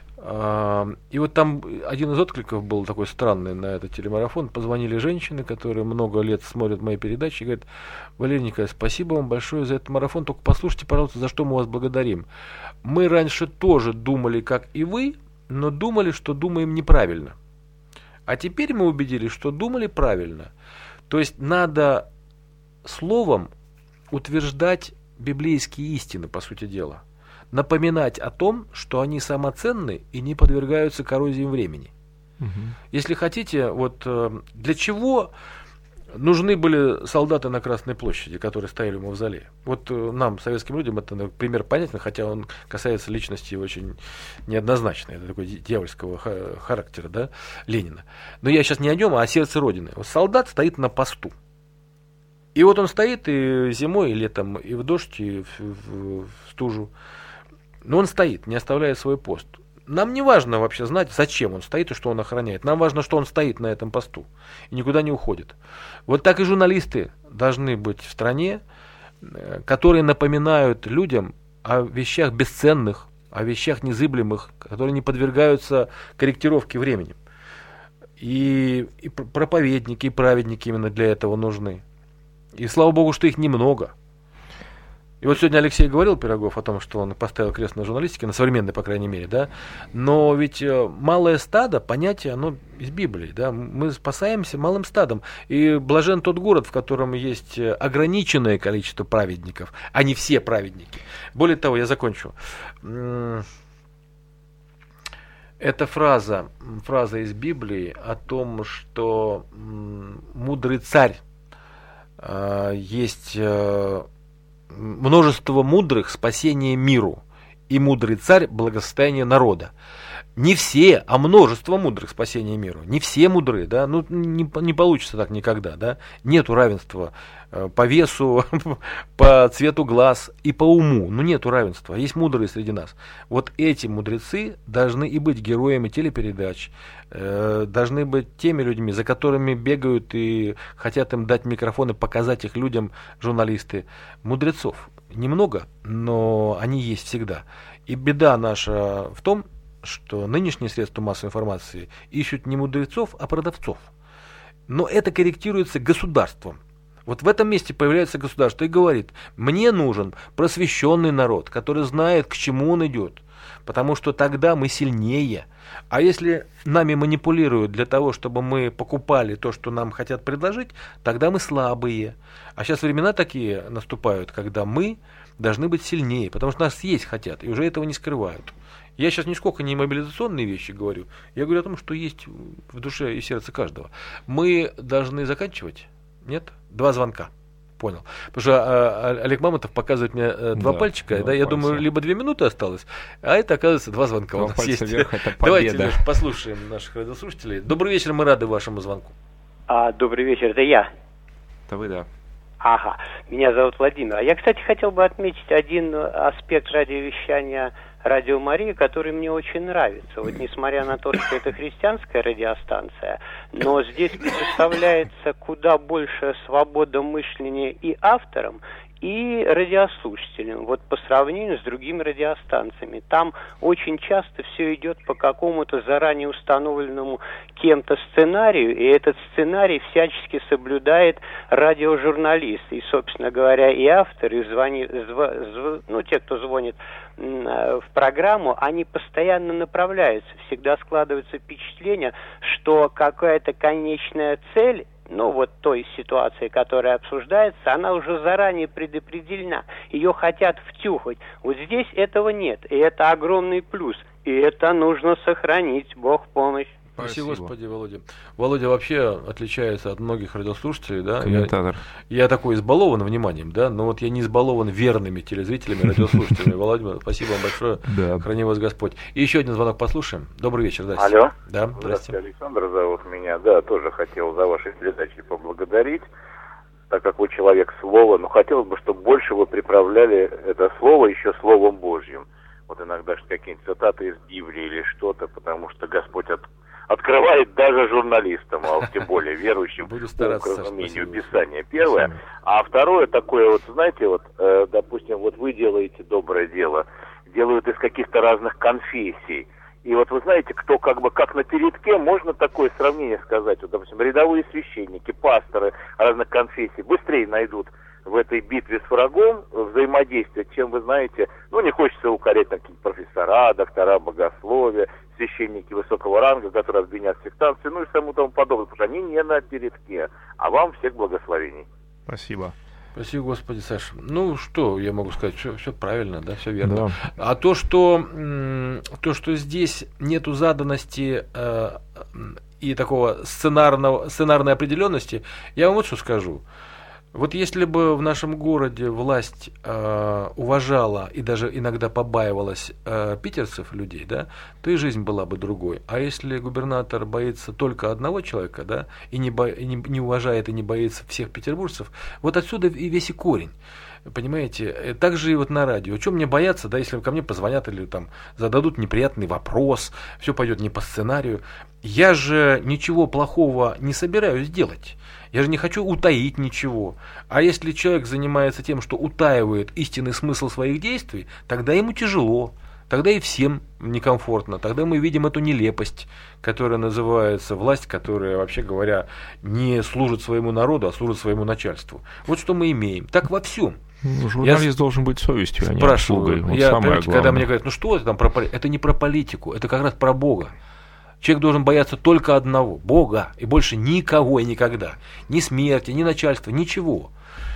И вот там один из откликов был такой странный на этот телемарафон. Позвонили женщины, которые много лет смотрят мои передачи, и говорят: Валерий Николаевич, спасибо вам большое за этот марафон, только послушайте, пожалуйста, за что мы вас благодарим. Мы раньше тоже думали, как и вы, но думали, что думаем неправильно. А теперь мы убедились, что думали правильно. То есть надо словом утверждать библейские истины, по сути дела. Напоминать о том, что они самоценны и не подвергаются коррозии времени. Угу. Если хотите, вот для чего нужны были солдаты на Красной площади, которые стояли в мавзолее? Вот нам, советским людям, это пример понятен, хотя он касается личности очень неоднозначной. Это такой дьявольского характера, да, Ленина. Но я сейчас не о нем, а о сердце Родины. Вот солдат стоит на посту. И вот он стоит и зимой, и летом, и в дождь, и в стужу. Но он стоит, не оставляя свой пост. Нам не важно вообще знать, зачем он стоит и что он охраняет. Нам важно, что он стоит на этом посту и никуда не уходит. Вот так и журналисты должны быть в стране, которые напоминают людям о вещах бесценных, о вещах незыблемых, которые не подвергаются корректировке временем. И проповедники, и праведники именно для этого нужны. И слава Богу, что их немного. И вот сегодня Алексей говорил, Пирогов, о том, что он поставил крест на журналистике, на современной, по крайней мере, да. Но ведь малое стадо, понятие, оно из Библии, да. Мы спасаемся малым стадом. И блажен тот город, в котором есть ограниченное количество праведников, а не все праведники. Более того, я закончу. Это фраза из Библии о том, что мудрый царь, есть множество мудрых спасение миру, и мудрый царь благосостояние народа. Не все, а множество мудрых спасения миру. Не все мудрые, да, ну не получится так никогда, да. Нету равенства по весу, по цвету глаз и по уму. Ну нету равенства. Есть мудрые среди нас. Вот эти мудрецы должны и быть героями телепередач, должны быть теми людьми, за которыми бегают и хотят им дать микрофон и показать их людям журналисты. Мудрецов немного, но они есть всегда. И беда наша в том, что нынешние средства массовой информации ищут не мудрецов, а продавцов. Но это корректируется государством. Вот в этом месте появляется государство и говорит: мне нужен просвещенный народ, который знает, к чему он идет, потому что тогда мы сильнее. А если нами манипулируют для того, чтобы мы покупали то, что нам хотят предложить, тогда мы слабые. А сейчас времена такие наступают, когда мы должны быть сильнее, потому что нас съесть хотят, и уже этого не скрывают. Я сейчас нисколько не мобилизационные вещи говорю. Я говорю о том, что есть в душе и сердце каждого. Мы должны заканчивать? Нет? 2 звонка. Понял. Потому что Олег Мамонтов показывает мне 2 пальчика. Да, я думаю, либо 2 минуты осталось, а это, оказывается, 2 звонка у нас есть. Вверх, это давайте, Леш, послушаем наших радиослушателей. Добрый вечер, мы рады вашему звонку. Добрый вечер, это я. Это вы, да. Ага, меня зовут Владимир. Я, кстати, хотел бы отметить один аспект радиовещания Радио Мария, который мне очень нравится. Вот несмотря на то, что это христианская радиостанция, но здесь предоставляется куда больше свобода мышления и авторам, и радиослушателям, вот по сравнению с другими радиостанциями. Там очень часто все идет по какому-то заранее установленному кем-то сценарию, и этот сценарий всячески соблюдает радиожурналист. И, собственно говоря, и автор, и те, кто звонит в программу, они постоянно направляются. Всегда складывается впечатление, что какая-то конечная цель, той ситуации, которая обсуждается, она уже заранее предопределена. Ее хотят втюхать. Вот здесь этого нет. И это огромный плюс. И это нужно сохранить. Бог в помощь. Спасибо, Господи, Володя. Володя вообще отличается от многих радиослушателей, да? Комментатор. Я такой избалован вниманием, да, но вот я не избалован верными телезрителями, радиослушателями. Володя, спасибо вам большое. Да. Храни вас Господь. И еще один звонок послушаем. Добрый вечер, да. Алло. Да, здравствуйте. Александр зовут меня. Да, тоже хотел за ваши передачи поблагодарить, так как вы человек слова, но хотелось бы, чтобы больше вы приправляли это слово еще словом Божьим. Вот иногда какие-нибудь цитаты из Библии или что-то, потому что Господь открывает даже журналистам, а тем более верующим, умению Писания. Первое. А второе такое, допустим, вы делаете доброе дело, делают из каких-то разных конфессий. И вот вы знаете, кто как на передке, можно такое сравнение сказать. Вот, допустим, рядовые священники, пасторы разных конфессий быстрее найдут в этой битве с врагом взаимодействие, чем, вы знаете, не хочется укорять какие-то профессора, доктора богословия, священники высокого ранга, которые обвинят в сектанстве, и тому подобное, потому что они не на передке. А вам всех благословений. Спасибо. Спасибо, Господи, Саша. Что я могу сказать? Все правильно, да, все верно. Да. А то, что здесь нету заданности и такого сценарной определенности, я вам вот что скажу. Вот если бы в нашем городе власть уважала и даже иногда побаивалась питерцев, людей, да, то и жизнь была бы другой. А если губернатор боится только одного человека, да, и не уважает и не боится всех петербуржцев, вот отсюда и весь и корень. Понимаете, так же и вот на радио. Чего мне бояться, да, если ко мне позвонят или там зададут неприятный вопрос, все пойдет не по сценарию. Я же ничего плохого не собираюсь делать. Я же не хочу утаить ничего. А если человек занимается тем, что утаивает истинный смысл своих действий, тогда ему тяжело. Тогда и всем некомфортно. Тогда мы видим эту нелепость, которая называется власть, которая, вообще говоря, не служит своему народу, а служит своему начальству. Вот что мы имеем. Так во всем. Журналист должен быть совестью, а не обслугой. Вот когда мне говорят, ну что это там про политику? Это не про политику, это как раз про Бога. Человек должен бояться только одного – Бога, и больше никого и никогда. Ни смерти, ни начальства, ничего.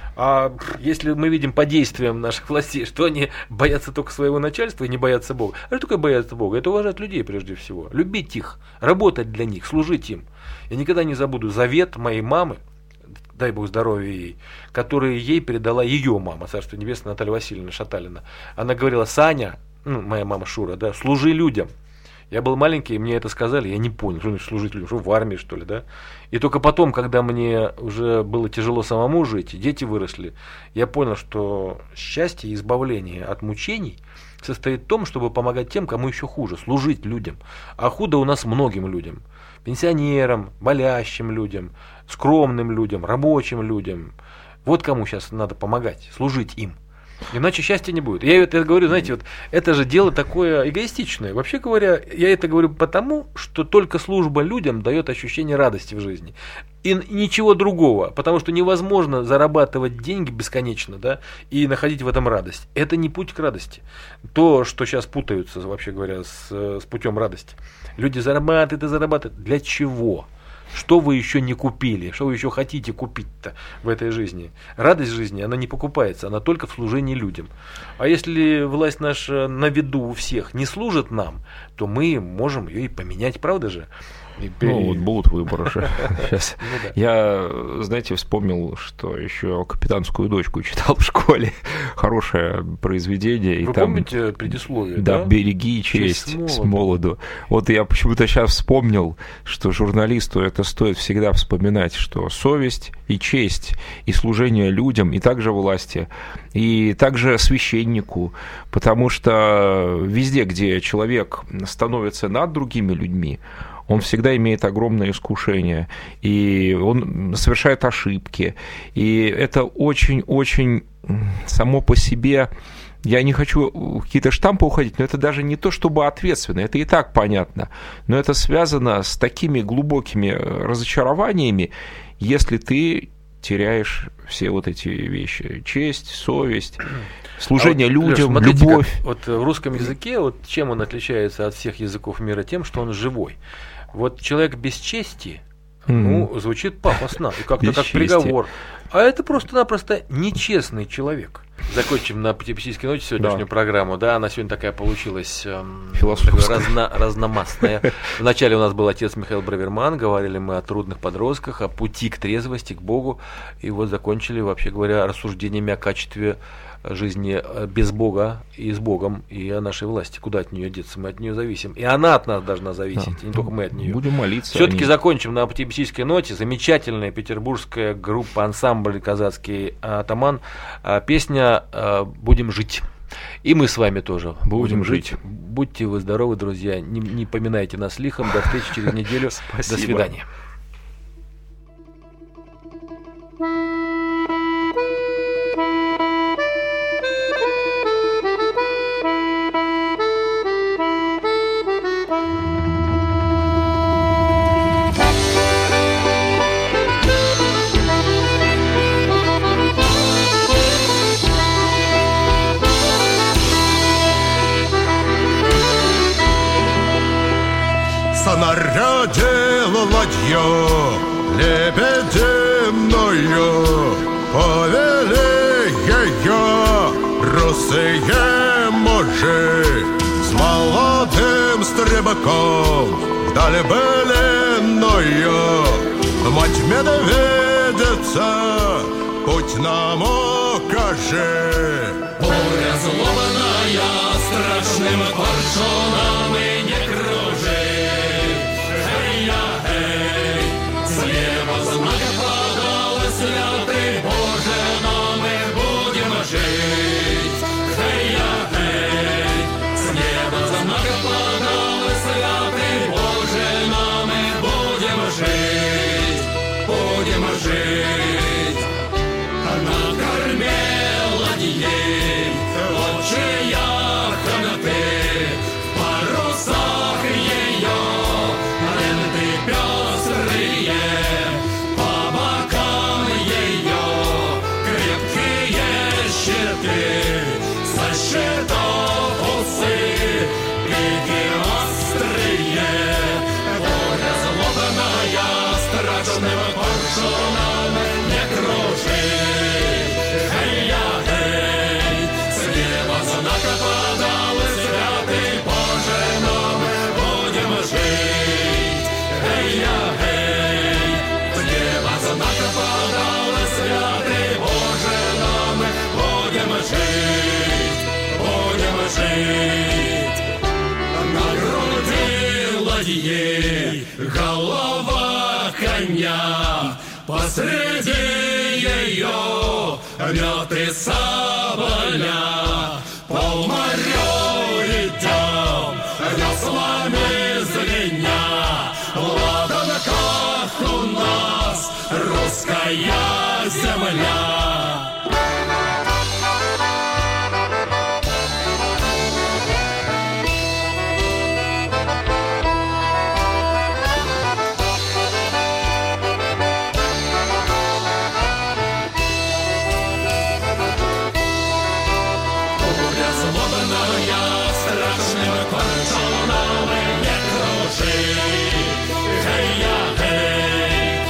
А если мы видим по действиям наших властей, что они боятся только своего начальства и не боятся Бога. А что такое бояться Бога? Это уважать людей прежде всего. Любить их, работать для них, служить им. Я никогда не забуду завет моей мамы, дай Бог здоровья ей, который ей передала ее мама, Царство Небесное, Наталья Васильевна Шаталина. Она говорила: Саня, моя мама Шура, да, служи людям. Я был маленький, и мне это сказали, я не понял, что значит служить людям, что в армии, что ли, да? И только потом, когда мне уже было тяжело самому жить, и дети выросли, я понял, что счастье и избавление от мучений состоит в том, чтобы помогать тем, кому еще хуже, служить людям. А худо у нас многим людям. Пенсионерам, болящим людям, скромным людям, рабочим людям. Вот кому сейчас надо помогать, служить им. Иначе счастья не будет. Я это говорю, знаете, вот это же дело такое эгоистичное. Вообще говоря, я это говорю потому, что только служба людям дает ощущение радости в жизни. И ничего другого, потому что невозможно зарабатывать деньги бесконечно, да, и находить в этом радость. Это не путь к радости. То, что сейчас путаются, вообще говоря, с путем радости. Люди зарабатывают и зарабатывают. Для чего? Что вы еще не купили? Что вы еще хотите купить-то в этой жизни? Радость жизни, она не покупается, она только в служении людям. А если власть наша на виду у всех не служит нам, то мы можем ее и поменять, правда же? Ну, вот будут выборы же сейчас. Я, знаете, вспомнил, что еще «Капитанскую дочку» читал в школе. Хорошее произведение. Вы помните предисловие? Да, «Береги честь с молоду». Вот я почему-то сейчас вспомнил, что журналисту это стоит всегда вспоминать, что совесть и честь, и служение людям, и также власти, и также священнику, потому что везде, где человек становится над другими людьми, он всегда имеет огромное искушение, и он совершает ошибки. И это очень-очень само по себе, я не хочу в какие-то штампы уходить, но это даже не то, чтобы ответственно, это и так понятно, но это связано с такими глубокими разочарованиями, если ты теряешь все вот эти вещи: честь, совесть, служение людям, Леш, смотрите, любовь. Вот в русском языке, вот чем он отличается от всех языков мира? Тем, что он живой. Вот человек без чести, звучит пафосно, и как-то как приговор. А это просто-напросто нечестный человек. Закончим на оптимистической ноте сегодняшнюю программу. Да, она сегодня такая получилась разномастная. Вначале у нас был отец Михаил Браверман, говорили мы о трудных подростках, о пути к трезвости, к Богу. И вот закончили, вообще говоря, рассуждениями о качестве жизни без Бога и с Богом, и о нашей власти. Куда от нее деться? Мы от нее зависим. И она от нас должна зависеть, и не только мы от нее. Будем молиться. Все-таки закончим на оптимистической ноте. Замечательная петербургская группа, ансамбль казацкий «Атаман». Песня «Будем жить». И мы с вами тоже будем жить. Будьте вы здоровы, друзья. Не поминайте нас лихом. До встречи через неделю. До свидания. Снарядил ладью лебединую, повели ее русые мужи с молодым стрибаком вдали былинную. Мать медведица, путь нам укажи. Буря злобная страшным коршуном и не кружит. Эй, слева знак подал святый Боже, но мы будем жить. Эй, с неба знак подал святый Боже, но мы будем жить. Будем жить. На корме ладьей, вот чья ханты, щиты, со щитов усы, пики острые, буря злобная, страшным коршуном не кружит. Эй-я-эй, с неба знак подал святый Боже, но мы будем жить. Эй-я-эй, с неба знак подал святый Боже, но мы будем жить, будем жить. На груди ладьи голова коня, посреди ее мед и соболя. По морю идем, веслами звеня, в ладанках у нас русская земля.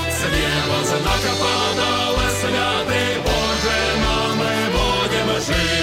Знак подал святый Боже, но мы будем жить.